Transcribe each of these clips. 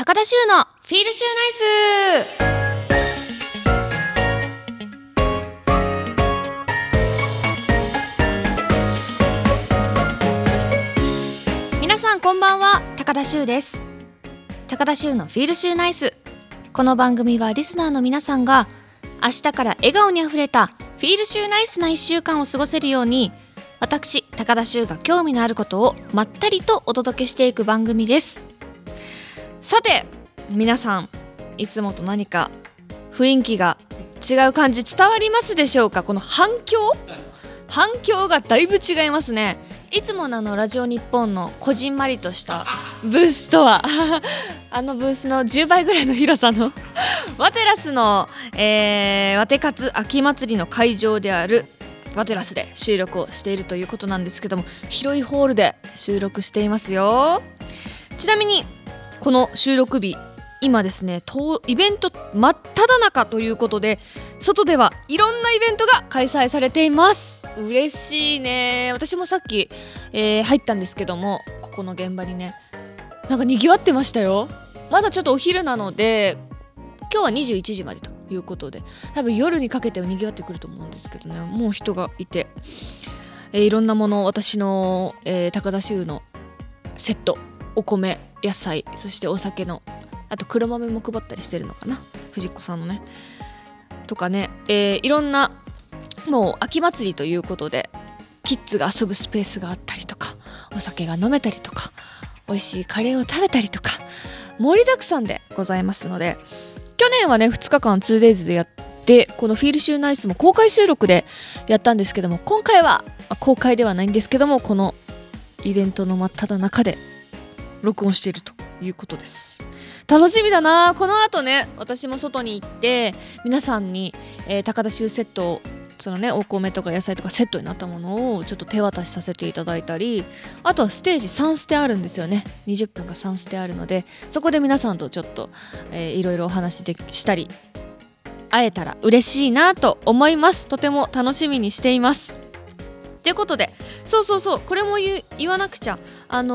高田修のフィールシューナイス。皆さんこんばんは、高田修です。高田修のフィールシューナイス。この番組はリスナーの皆さんが明日から笑顔にあふれたフィールシューナイスな1週間を過ごせるように、私高田修が興味のあることをまったりとお届けしていく番組です。さて皆さん、いつもと何か雰囲気が違う感じ伝わりますでしょうか。この反響がだいぶ違いますね。いつものラジオ日本のこじんまりとしたブースとはあのブースの10倍ぐらいの広さのワテラスの、ワテカツ秋祭りの会場であるワテラスで収録をしているということなんですけども、広いホールで収録していますよ。ちなみにこの収録日、今ですね、イベント真っ只中ということで、外ではいろんなイベントが開催されています。嬉しいね。私もさっき、入ったんですけども、ここの現場にね、なんか賑わってましたよ。まだちょっとお昼なので、今日は21時までということで、多分夜にかけては賑わってくると思うんですけどね、もう人がいて、いろんなもの、私の、高田修のセット、お米、野菜、そしてお酒の、あと黒豆も配ったりしてるのかな、藤子さんのねとかね、いろんな、もう秋祭りということでキッズが遊ぶスペースがあったりとか、お酒が飲めたりとか、美味しいカレーを食べたりとか、盛りだくさんでございますので、去年はね2日間 2days でやって、このフィールシューナイスも公開収録でやったんですけども、今回は公開ではないんですけども、このイベントの真っ只中で録音しているということです。楽しみだな。この後ね、私も外に行って皆さんに、高田修セットを、そのね、お米とか野菜とかセットになったものをちょっと手渡しさせていただいたり、あとはステージ3ステあるんですよね。20分が3ステあるので、そこで皆さんとちょっと、いろいろお話したり会えたら嬉しいなと思います。とても楽しみにしています。ということで、そうこれも言わなくちゃ。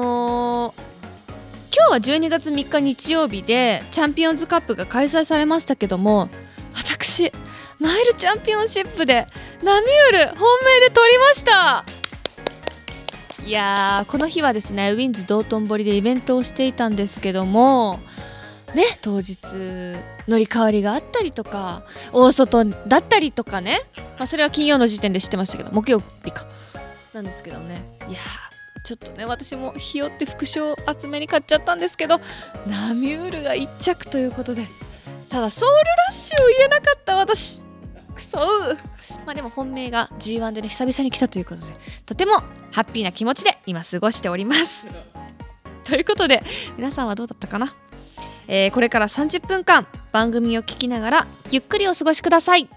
今日は12月3日日曜日でチャンピオンズカップが開催されましたけども、私マイルチャンピオンシップでナミウール本命で取りました。いやー、この日はですね、ウィンズ道頓堀でイベントをしていたんですけどもね、当日乗り換わりがあったりとか、大外だったりとかね、それは金曜の時点で知ってましたけど、木曜日かなんですけどね。いやー、ちょっとね、私もひよって副賞集めに買っちゃったんですけど、ナミウールが1着ということで、ただソウルラッシュを入れなかった私、くそでも本命が G1 でね、久々に来たということで、とてもハッピーな気持ちで今過ごしておりますということで、皆さんはどうだったかな。これから30分間番組を聞きながらゆっくりお過ごしください。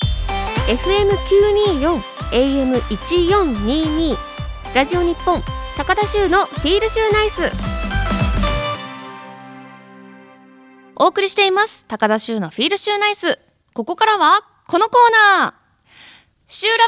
FM924 AM1422 ラジオ日本高田修のフィールシューナイス。 お送りしています高田修のフィールシューナイス。ここからはこのコーナー、シューラ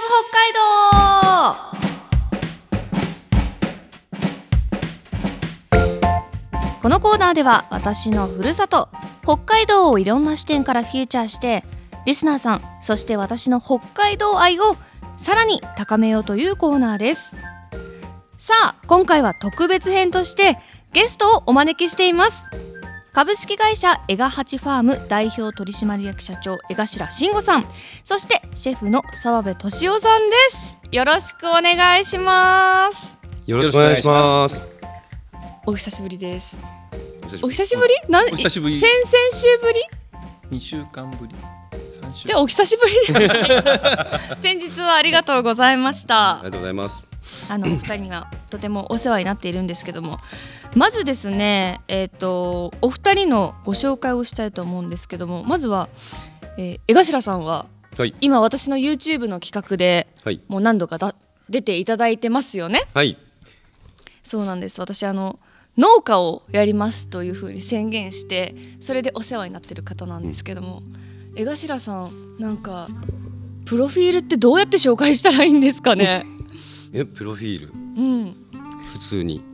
ブ北海道。このコーナーでは私のふるさと北海道をいろんな視点からフィーチャーして、リスナーさん、そして私の北海道愛をさらに高めようというコーナーです。さあ、今回は特別編としてゲストをお招きしています。株式会社江ヶ八ファーム代表取締役社長江頭慎吾さん、そしてシェフの澤部俊夫さんです。よろしくお願いします。 よろしくお願いします。 お久しぶりです。お久しぶり？お久しぶり。先々週ぶり？ 2週間ぶり？3週。 じゃあお久しぶり先日はありがとうございました。 ありがとうございます。 お二人にはとてもお世話になっているんですけども、まずですね、お二人のご紹介をしたいと思うんですけども、まずは、江頭さんは、 はい、 今私の YouTube の企画で、 はい、 もう何度か出ていただいてますよね。 はい、 そうなんです。私農家をやりますというふうに宣言して、それでお世話になってる方なんですけども、江頭さん、なんかプロフィールってどうやって紹介したらいいんですかね。 プロフィール、 うん、 普通に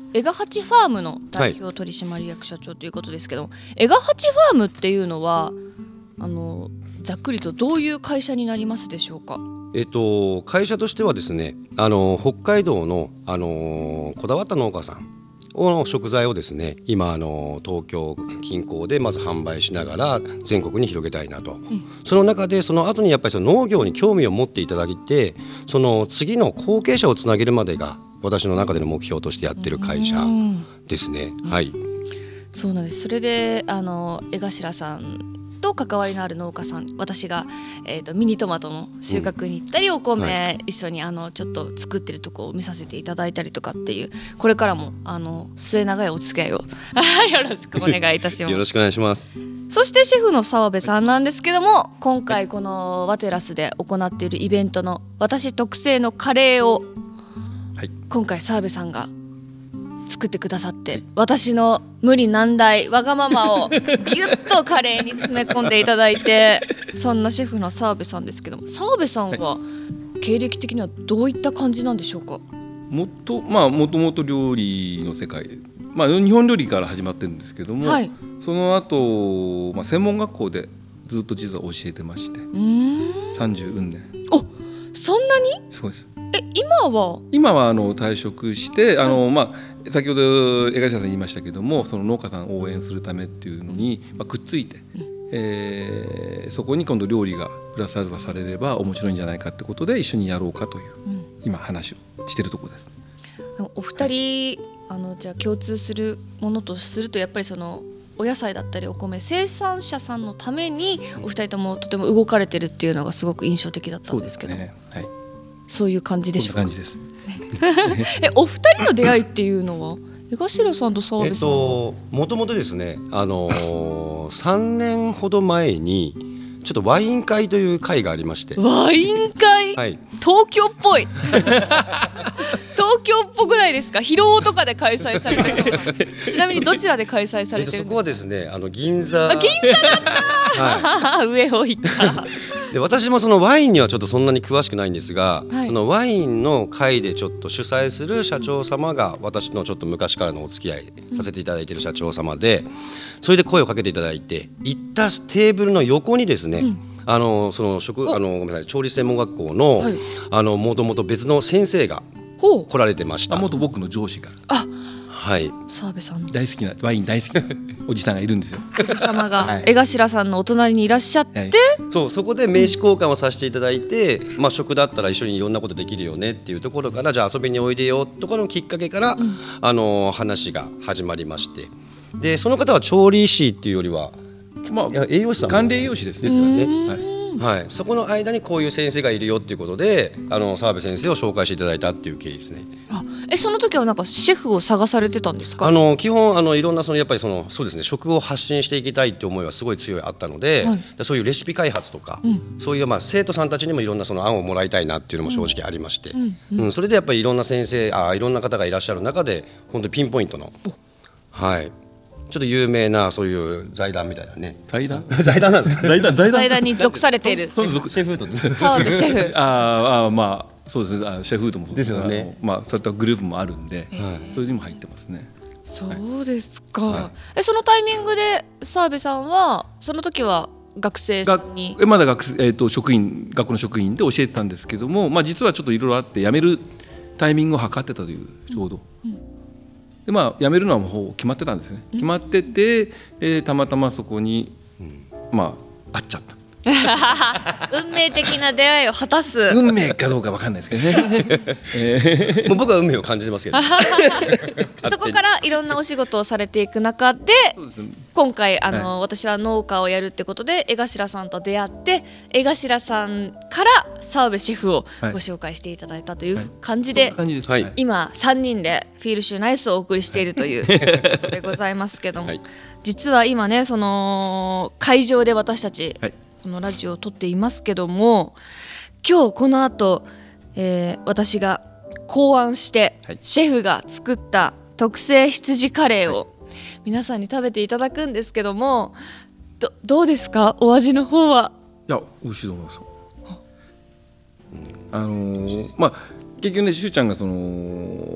エガハチファームの代表取締役社長ということですけども、エガハチファームっていうのはざっくりとどういう会社になりますでしょうか？ 会社としてはですね、北海道の、こだわった農家さんの食材をですね、今東京近郊でまず販売しながら全国に広げたいなと、その中でその後にやっぱりその農業に興味を持っていただいて、その次の後継者をつなげるまでが私の中での目標としてやってる会社ですね。はい、 そうなんです。それで江頭さんと関わりのある農家さん、私が、ミニトマトの収穫に行ったり、お米一緒にちょっと作ってるとこを見させていただいたりとかっていう、これからも末永いお付き合いをよろしくお願いいたします。 よろしくお願いします。 そしてシェフの澤部さんなんですけども、今回このワテラスで行っているイベントの私特製のカレーを、今回澤部さんが作ってくださって、私の無理難題わがままをギュッとカレーに詰め込んでいただいて、そんなシェフの澤部さんですけども、澤部さんは経歴的にはどういった感じなんでしょうか？ もともと料理の世界で、日本料理から始まってるんですけども、その後、専門学校でずっと実は教えてまして、30年。 お、そんなに？ そうです。 今は退職して、先ほど江頭さん言いましたけども、その農家さんを応援するためっていうのに、くっついて、そこに今度料理がプラスアルファされれば面白いんじゃないかってことで一緒にやろうかという、今話をしているところです。 お二人じゃあ共通するものとすると、やっぱりそのお野菜だったりお米生産者さんのためにお二人ともとても動かれてるっていうのがすごく印象的だったんですけど、そういう感じでしょうか？ そんな感じです。 お二人の出会いっていうのは江頭さんと澤部さんは、 もともとですね、3年ほど前にちょっとワイン会という会がありまして。 ワイン会、東京っぽい東京っぽくないですか？広尾とかで開催されてるちなみにどちらで開催されてるんですか？ そこはですね、銀座だった上を行ったで、私もそのワインにはちょっとそんなに詳しくないんですが、そのワインの会でちょっと主催する社長様が私のちょっと昔からのお付き合いさせていただいている社長様で、それで声をかけていただいて、行ったテーブルの横にですね、そのごめんなさい、調理専門学校のもともと別の先生が来られてました。 元僕の上司が、 澤部さん大好きなワイン大好きなおじさんがいるんですよ。 おじ様が江頭さんのお隣にいらっしゃって、 そこで名刺交換をさせていただいて、食だったら一緒にいろんなことできるよねっていうところから、じゃあ遊びにおいでよとかのきっかけから、話が始まりまして、でその方は調理師っていうよりは、栄養士さん、 管理栄養士ですね。 そこの間にこういう先生がいるよっていうことで、澤部先生を紹介していただいたっていう経緯ですね。 その時はなんかシェフを探されてたんですか？ 基本いろんなやっぱりそうですね、食を発信していきたいって思いはすごい強いあったので、そういうレシピ開発とか、そういう生徒さんたちにもいろんな案をもらいたいなっていうのも正直ありまして、それでやっぱりいろんな先生いろんな方がいらっしゃる中で、本当にピンポイントのちょっと有名なそういう財団みたいなね。財団なんですか？ 財団に属されているシェフードです。 澤部シェフそうですね、シェフードもそうですよね。そういったグループもあるんで、それにも入ってますね。 そうですか。そのタイミングで澤部さんはその時は学生さんにまだ学校の職員で教えてたんですけども、実はちょっといろいろあって辞めるタイミングを測ってたという、ちょうど。で辞めるのはもう決まってたんですね。決まってて、たまたまそこに会っちゃった。 運命的な出会いを果たす。 運命かどうか分かんないですけどね。 もう僕は運命を感じてますけどそこからいろんなお仕事をされていく中で、今回私は農家をやるってことで江頭さんと出会って、江頭さんから澤部シェフをご紹介していただいたという感じで、今3人でフィールシューナイスをお送りしているということでございますけども、実は今ね、その会場で私たちこのラジオを撮っていますけども、今日この後、私が考案してシェフが作った特製羊カレーを皆さんに食べていただくんですけども、どうですか、お味の方は？ いや、美味しいと思います。結局ね、しゅうちゃんが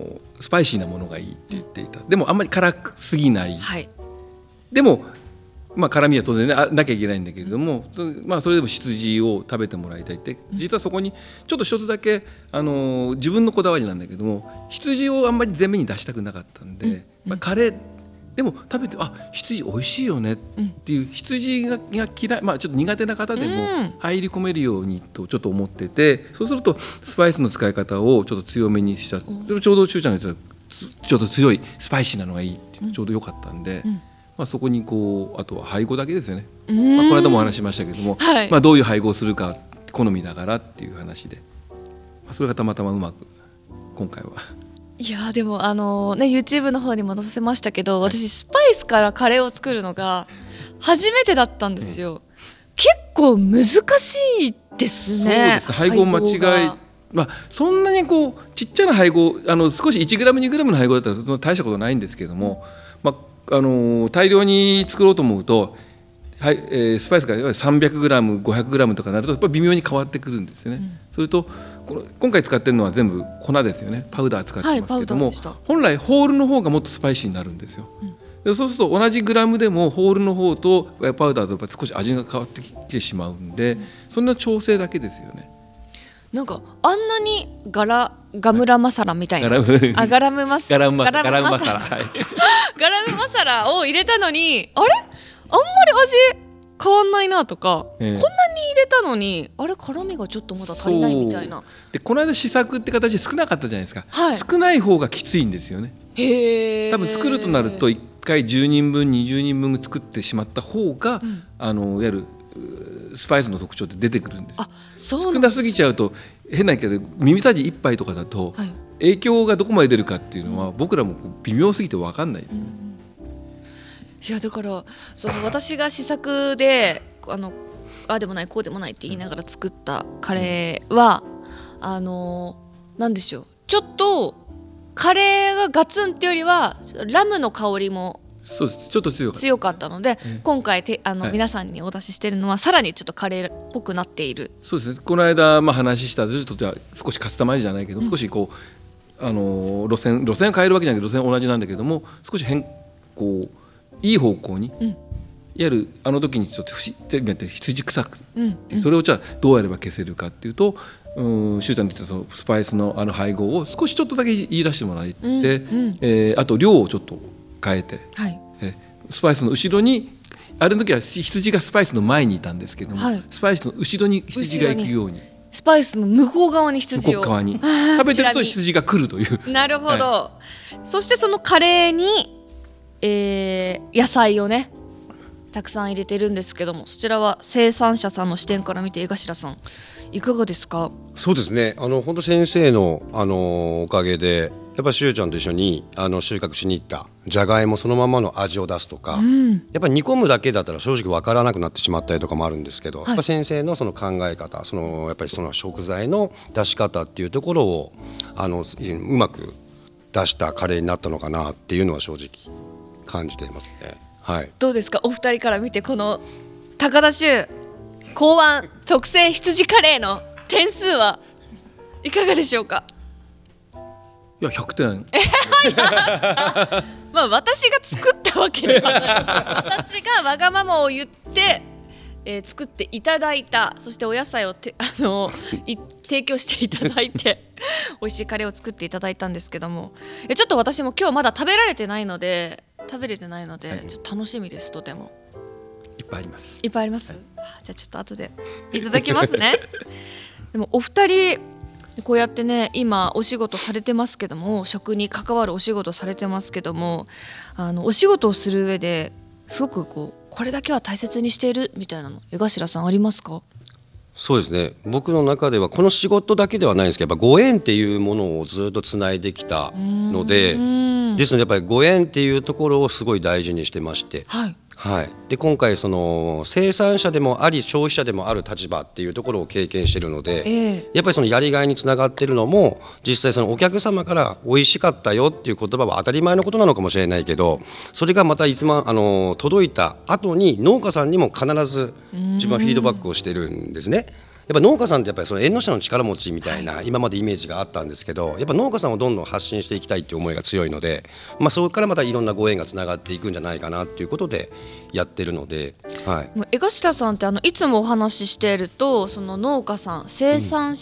スパイシーなものがいいって言っていた。でもあんまり辛すぎない、 はい、 でも辛みは当然、ね、なきゃいけないんだけれども、それでも羊を食べてもらいたいって、実はそこにちょっと一つだけ、自分のこだわりなんだけども、羊をあんまり前面に出したくなかったんで、カレーでも食べて羊美味しいよねっていう、羊が嫌い、ちょっと苦手な方でも入り込めるようにとちょっと思ってて、そうするとスパイスの使い方をちょっと強めにした。でもちょうどしゅうちゃんが言ってたちょっと強いスパイシーなのがいいっていうちょうど良かったんで、そこにあとは配合だけですよね。この間もお話しましたけども、はい、どういう配合をするか好みだからっていう話で、それがたまたまうまく今回は。 いやでもYouTube の方にも載せましたけど、私スパイスからカレーを作るのが初めてだったんですよ。結構難しいですね。そうです。配合間違い、そんなにちっちゃな配合、少し 1g 2g の配合だったら大したことないんですけども、大量に作ろうと思うと、スパイスが 300g、500g とかなるとやっぱり微妙に変わってくるんですよね。それと今回使ってるのは全部粉ですよね。パウダー使ってますけども、本来ホールの方がもっとスパイシーになるんですよ。でそうすると同じグラムでもホールの方とパウダーとやっぱ少し味が変わってきてしまうんで、そんな調整だけですよね。 なんかあんなにガムラマサラみたいな、ガラムマサラを入れたのに、あれあんまり味変わんないなとか、こんなに入れたのにあれ辛みがちょっとまだ足りないみたいな。 でこの間試作って形で少なかったじゃないですか、少ない方がきついんですよね。多分作るとなると1回10人分20人分作ってしまった方が、いわゆるスパイスの特徴って出てくるんです。少なすぎちゃうと変なけど耳さじ1杯とかだと、影響がどこまで出るかっていうのは僕らも微妙すぎて分かんないですね。 いやだから私が試作であでもないこうでもないって言いながら作ったカレーはなんでしょう、ちょっとカレーがガツンってよりはラムの香りもそうです、ちょっと強かったので、今回皆さんにお出ししてるのはさらにちょっとカレーっぽくなっている。 そうですね。この間話したちょっと少しカスタマイズじゃないけど、少し路線を変えるわけじゃなくて路線同じなんだけども、少しいい方向に、いわゆる時にちょっと羊臭く、それをじゃあどうやれば消せるかっていうと、しゅうちゃんに言ったスパイスの配合を少しちょっとだけ言い出してもらって、あと量をちょっと変えて、スパイスの後ろに、あれの時は羊がスパイスの前にいたんですけども、スパイスの後ろに羊が行くように、 スパイスの向こう側に羊を食べてると羊が来るという。 なるほど、そしてそのカレーに野菜をねたくさん入れてるんですけども、そちらは生産者さんの視点から見て江頭さんいかがですか？ そうですね、本当先生の、おかげでやっぱりしゅうちゃんと一緒に収穫しに行ったじゃがいもそのままの味を出すとか、やっぱり煮込むだけだったら正直分からなくなってしまったりとかもあるんですけど、やっぱ先生のその考え方、やっぱりその食材の出し方っていうところをうまく出したカレーになったのかなっていうのは正直感じていますね。 どうですかお二人から見て、この高田秀考案特製羊カレーの点数はいかがでしょうか？ いや100点私が作ったわけではない私がわがままを言って、作っていただいた、そしてお野菜を提供していただいて美味しいカレーを作っていただいたんですけども、ちょっと私も今日まだ食べれてないのでちょっと楽しみです。とてもいっぱいあります。 じゃあちょっと後でいただきますねでもお二人こうやってね今お仕事されてますけども、食に関わるお仕事されてますけども、お仕事をする上ですごくこれだけは大切にしているみたいなの江頭さんありますか？ そうですね、僕の中ではこの仕事だけではないんですけど、やっぱご縁っていうものをずっとつないできたので、ですのでやっぱりご縁っていうところをすごい大事にしてまして、で今回生産者でもあり消費者でもある立場っていうところを経験しているので、やっぱりそのやりがいにつながっているのも、実際お客様から美味しかったよっていう言葉は当たり前のことなのかもしれないけど、それがまたいつも届いた後に農家さんにも必ず自分はフィードバックをしてるんですね。 ぱ農家さんってやっぱりその縁の下の力持ちみたいな今までイメージがあったんですけど、やっぱ農家さんをどんどん発信していきたいっていう思いが強いので、そこからまたいろんなご縁がつながっていくんじゃないかなっていうことでやってるので、 もう江頭さんっていつもお話ししていると、その農家さん生産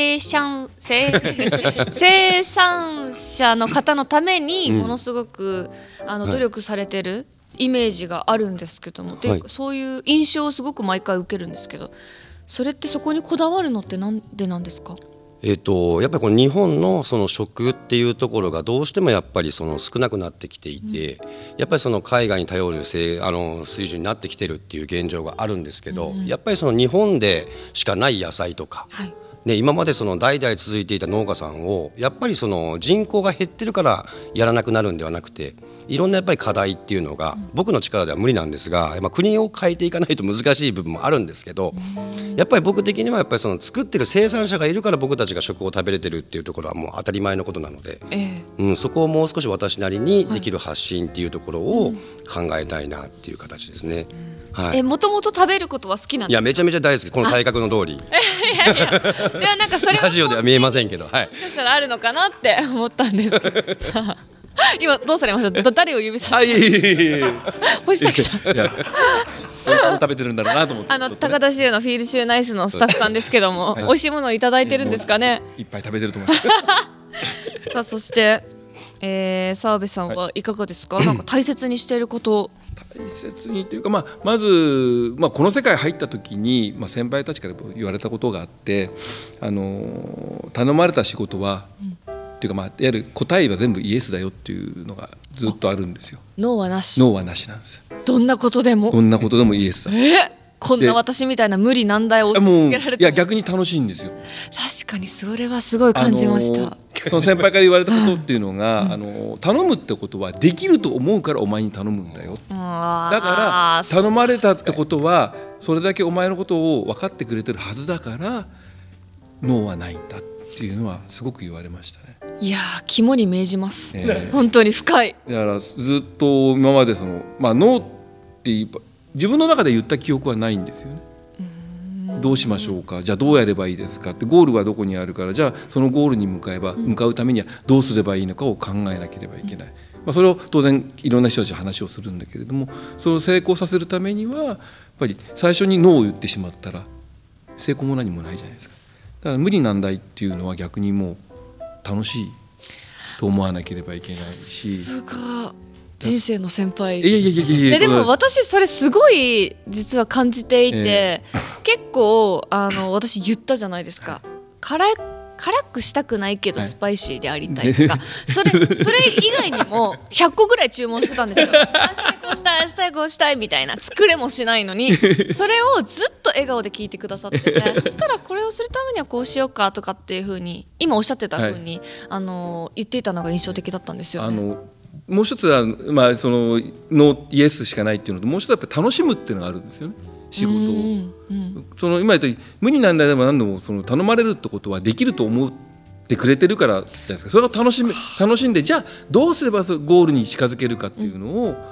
者の方のためにものすごく努力されてるイメージがあるんですけども、でそういう印象をすごく毎回受けるんですけど、それってそこにこだわるのってなんでなんですか？ やっぱりこの日本のその食っていうところがどうしてもやっぱりその少なくなってきていて、やっぱりその海外に頼る水準になってきてるっていう現状があるんですけど、やっぱりその日本でしかない野菜とか、今までその代々続いていた農家さんをやっぱりその人口が減ってるからやらなくなるんではなくて、いろんなやっぱり課題っていうのが僕の力では無理なんですが、国を変えていかないと難しい部分もあるんですけど、やっぱり僕的にはやっぱりその作ってる生産者がいるから僕たちが食を食べれてるっていうところはもう当たり前のことなので、そこをもう少し私なりにできる発信っていうところを考えたいなっていう形ですね。 もともと食べることは好きなんですか？ いやめちゃめちゃ大好き、この体格の通り。 いやなんかそれはラジオでは見えませんけど、 もしかしたらあるのかなって思ったんですけど今どうされました？誰を指さして星崎さん。 いやどうしても食べてるんだろうなと思って、 高田州のフィールシューナイスのスタッフさんですけども、美味しいものをいただいてるんですかね？ いっぱい食べてると思いますさあそして、澤部さんはいかがですか？なんか大切にしていること。 大切にというか、まず、この世界入った時に、先輩たちから言われたことがあって、頼まれた仕事は、っていうか、いわゆる答えは全部イエスだよっていうのがずっとあるんですよ。 ノーはなし。 ノーはなしなんですよ。 どんなことでも。 どんなことでもイエスだ。 こんな私みたいな無理難題を続けられても。 いや逆に楽しいんですよ。 確かにそれはすごい感じました。 その先輩から言われたことっていうのが、頼むってことはできると思うからお前に頼むんだよ。だから頼まれたってことはそれだけお前のことを分かってくれてるはずだからノーはないんだっていうのはすごく言われましたね。 いや肝に銘じます、本当に深い。 だからずっと今までその、ノーって自分の中で言った記憶はないんですよね。どうしましょうか、じゃあどうやればいいですかって、ゴールはどこにあるから、じゃあそのゴールに向かうためにはどうすればいいのかを考えなければいけない。それを当然いろんな人たちと話をするんだけれども、それを成功させるためにはやっぱり最初にノーを言ってしまったら成功も何もないじゃないですか。だから無理難題っていうのは逆にもう楽しいと思わなければいけないし。 さすが人生の先輩。 でも私それすごい実は感じていて、結構私言ったじゃないですか。辛くしたくないけどスパイシーでありたいとか、それ以外にも100個ぐらい注文してたんですよ。明日こうしたい、明日こうしたいみたいな、作れもしないのにそれをずっと笑顔で聞いてくださっててそしたらこれをするためにはこうしようかとかっていう風に今おっしゃってた風に、言っていたのが印象的だったんですよね。 もう一つは、そのノーイエスしかないっていうのと、もう一つはやっぱり楽しむっていうのがあるんですよね、仕事を。その今言ったように無理難題でも何でもその頼まれるってことはできると思ってくれてるからじゃないですか。それを楽しんで、じゃあどうすればゴールに近づけるかっていうの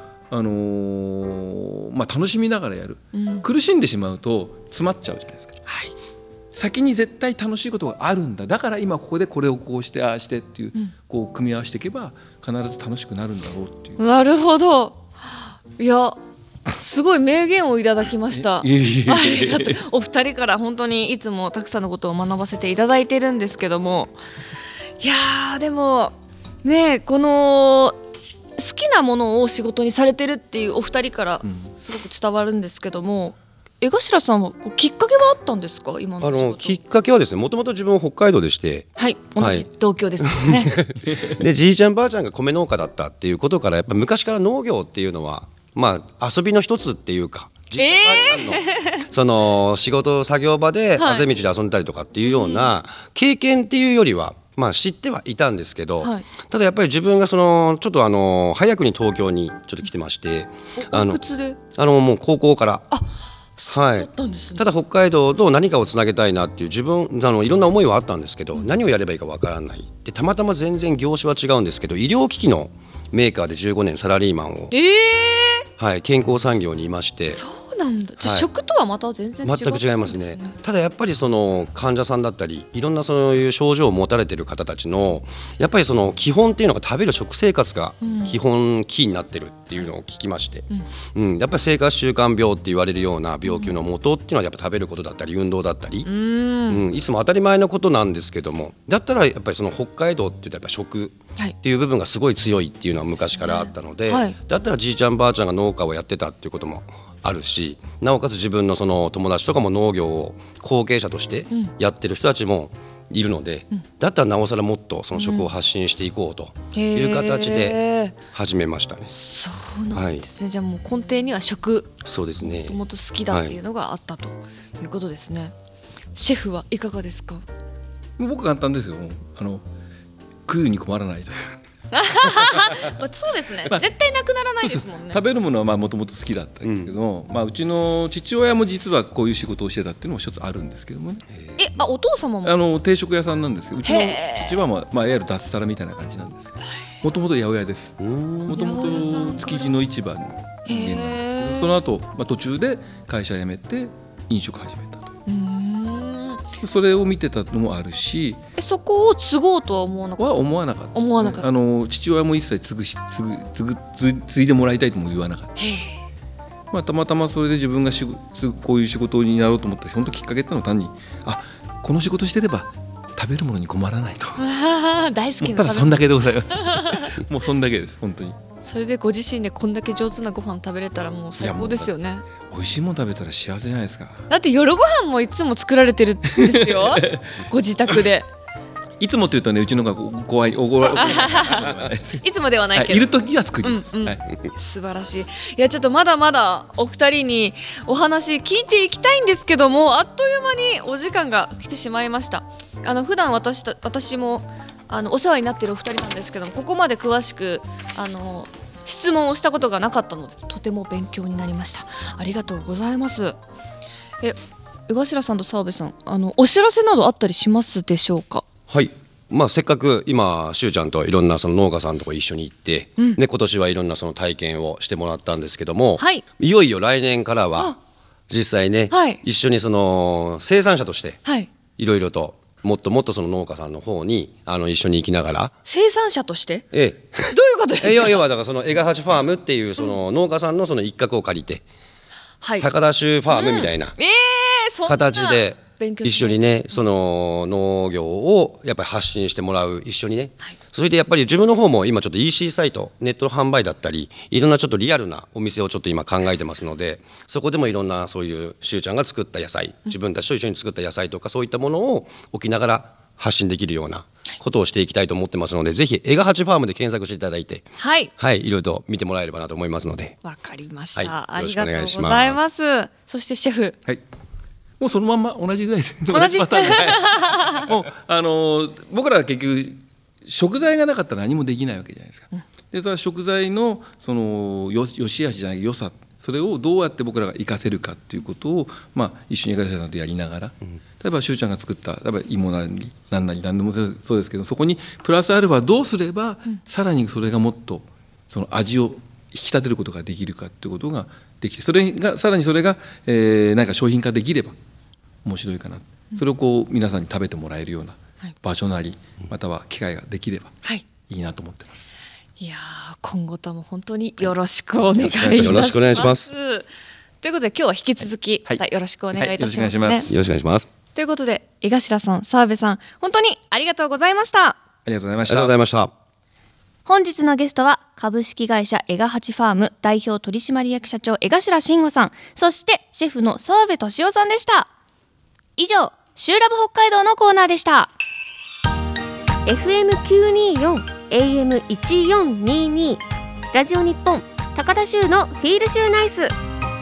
を、楽しみながらやる、苦しんでしまうと詰まっちゃうじゃないですか。先に絶対楽しいことがあるんだ、だから今ここでこれをこうしてああしてっていう、こう組み合わせていけば必ず楽しくなるんだろうっていう。 なるほど。いやすごい名言をいただきました。ありがとう。お二人から本当にいつもたくさんのことを学ばせていただいてるんですけども、いやでもね、この好きなものを仕事にされてるっていうお二人からすごく伝わるんですけども、江頭さんはきっかけはあったんですか？今の仕事。 きっかけはですね、もともと自分は北海道でして、 同じ同郷ですねでじいちゃんばあちゃんが米農家だったっていうことから、やっぱ昔から農業っていうのは遊びの一つっていうか、その仕事作業場であぜ道で遊んだりとかっていうような経験っていうよりは知ってはいたんですけど、ただやっぱり自分がちょっと早くに東京にちょっと来てまして、 おいくつで？ もう高校から。 ただ北海道と何かをつなげたいなっていう自分いろんな思いはあったんですけど、何をやればいいかわからないで、たまたま全然業種は違うんですけど、医療機器のメーカーで15年サラリーマンを、健康産業にいまして。 そうなんだ。 はい食とはまた全然違う、 全く違いますね。ただやっぱりその患者さんだったりいろんなそういう症状を持たれている方たちのやっぱりその基本っていうのが食べる食生活が基本キーになってるっていうのを聞きまして、やっぱり生活習慣病って言われるような病気の元っていうのはやっぱ食べることだったり運動だったり、いつも当たり前のことなんですけども、だったらやっぱりその北海道って言ったらやっぱ食っていう部分がすごい強いっていうのは昔からあったので、だったらじいちゃんばあちゃんが農家をやってたっていうこともあるし、なおかつ自分のその友達とかも農業を後継者としてやってる人たちもいるので、だったらなおさらもっとその食を発信していこうという形で始めましたね。 そうなんですね、じゃあもう根底には食、 そうですね、 もともと好きだっていうのがあったということですね。シェフはいかがですか？ 僕簡単ですよ。食うに困らないというそうですね、絶対なくならないですもんね。 食べるものはもともと好きだったんですけど、うちの父親も実はこういう仕事をしてたっていうのも一つあるんですけどもね。 お父様も定食屋さんなんですけど、うちの父は、いわゆる脱サラみたいな感じなんですけど、もともと八百屋です。もともと築地の市場の人間なんですけど、その後、途中で会社辞めて飲食始めたと。それを見てたのもあるし、 そこを継ごうとは思わなかった？ 思わなかった。父親も一切継いでもらいたいとも言わなかった。たまたまそれで自分がこういう仕事になろうと思った本当きっかけってのは単にこの仕事してれば食べるものに困らないと大好きなただそんだけでございますもうそんだけです本当に。 それでご自身でこんだけ上手なご飯食べれたらもう最高ですよね。 美味しいもの食べたら幸せじゃないですか。 だって夜ご飯もいつも作られてるんですよご自宅で。 いつもって言うとね、うちのが怖いいつもではないけど、 いる時は作ります。 素晴らしい。いやちょっとまだまだお二人にお話聞いていきたいんですけども、あっという間にお時間が来てしまいました。普段私もお世話になっているお二人なんですけども、ここまで詳しく質問をしたことがなかったのでとても勉強になりました。ありがとうございます。江頭さんと澤部さん、お知らせなどあったりしますでしょうか？ はい、せっかく今しゅうちゃんといろんなその農家さんとこ一緒に行って、今年はいろんなその体験をしてもらったんですけども、いよいよ来年からは実際ね、一緒にその生産者としていろいろともっともっとその農家さんの方に一緒に行きながら。 生産者として？どういうことですか？ 要はだからその江ヶ八ファームっていうその農家さんのその一角を借りて、高田州ファームみたいな形で一緒にね、その農業をやっぱり発信してもらう、一緒にね、それでやっぱり自分の方も今ちょっと EC サイト、ネット販売だったりいろんなちょっとリアルなお店をちょっと今考えてますので、そこでもいろんなそういうしゅうちゃんが作った野菜、自分たちと一緒に作った野菜とかそういったものを置きながら発信できるようなことをしていきたいと思ってますので、ぜひ江ヶ八ファームで検索していただいて、いろいろと見てもらえればなと思いますので。 わかりました、ありがとうございます。そしてシェフ、 もうそのまんま同じぐらいで同じパターンで、もう僕らは結局食材がなかったら何もできないわけじゃないですか。でそれは食材のその良し悪しじゃない良さ、それをどうやって僕らが活かせるかっていうことを、一緒に江頭さんとやりながら、例えばしゅうちゃんが作った例えば芋なり何なり何でもそうですけど、そこにプラスアルファどうすれば、さらにそれがもっとその味を引き立てることができるかっていうことができて、さらにそれが、何か商品化できれば面白いかな、それをこう皆さんに食べてもらえるような場所なり、または機会ができればいいなと思ってます。 いや今後とも本当によろしくお願いします。 よろしくお願いします。 ということで今日は引き続き、よろしくお願いいたしますね。 よろしくお願いします。 ということで江頭さん、澤部さん、本当にありがとうございました。 ありがとうございました。 ありがとうございました。 本日のゲストは株式会社江ヶ八ファーム代表取締役社長江頭慎吾さん、そしてシェフの澤部俊夫さんでした。以上、シューラブ北海道のコーナーでした。 FM924 AM1422 ラジオ日本高田州のフィールシューナイス。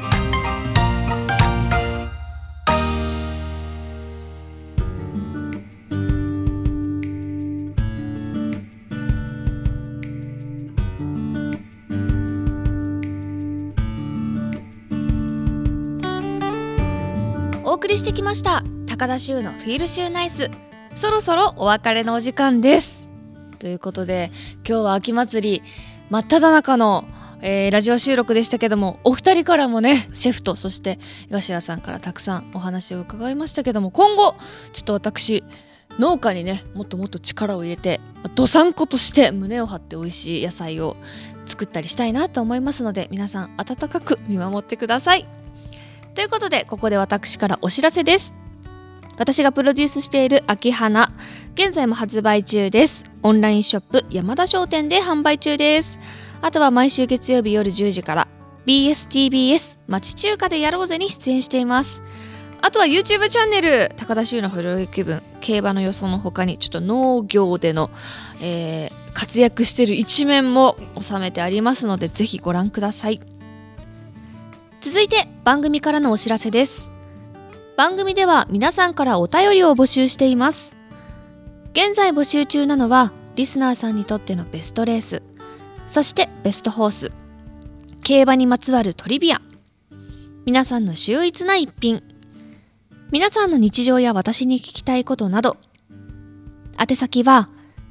お送りしてきました高田州のフィールシューナイス、そろそろお別れのお時間です。ということで今日は秋祭り真っ只中のラジオ収録でしたけども、お二人からもね、シェフとそして江頭さんからたくさんお話を伺いましたけども、今後ちょっと私農家にねもっともっと力を入れて、どさんことして胸を張って美味しい野菜を作ったりしたいなと思いますので、皆さん温かく見守ってください。ということで、ここで私からお知らせです。私がプロデュースしている秋花、現在も発売中です。オンラインショップ山田商店で販売中です。あとは毎週月曜日夜10時から BSTBS 町中華でやろうぜに出演しています。あとは YouTube チャンネル高田修の不良気分、競馬の予想の他にちょっと農業での、活躍している一面も収めてありますので、ぜひご覧ください。続いて番組からのお知らせです。番組では皆さんからお便りを募集しています。現在募集中なのはリスナーさんにとってのベストレース、そしてベストホース、競馬にまつわるトリビア、皆さんの秀逸な一品、皆さんの日常や私に聞きたいことなど。宛先は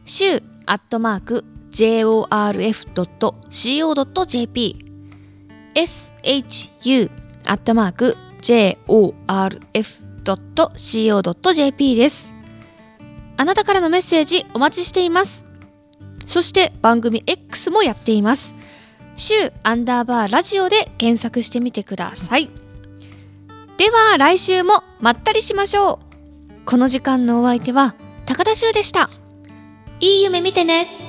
shu@jorf.co.jp shu@jorf.co.jp です。あなたからのメッセージお待ちしています。そして番組 X もやっています。週_ラジオで検索してみてください。では来週もまったりしましょう。この時間のお相手は高田修でした。いい夢見てね。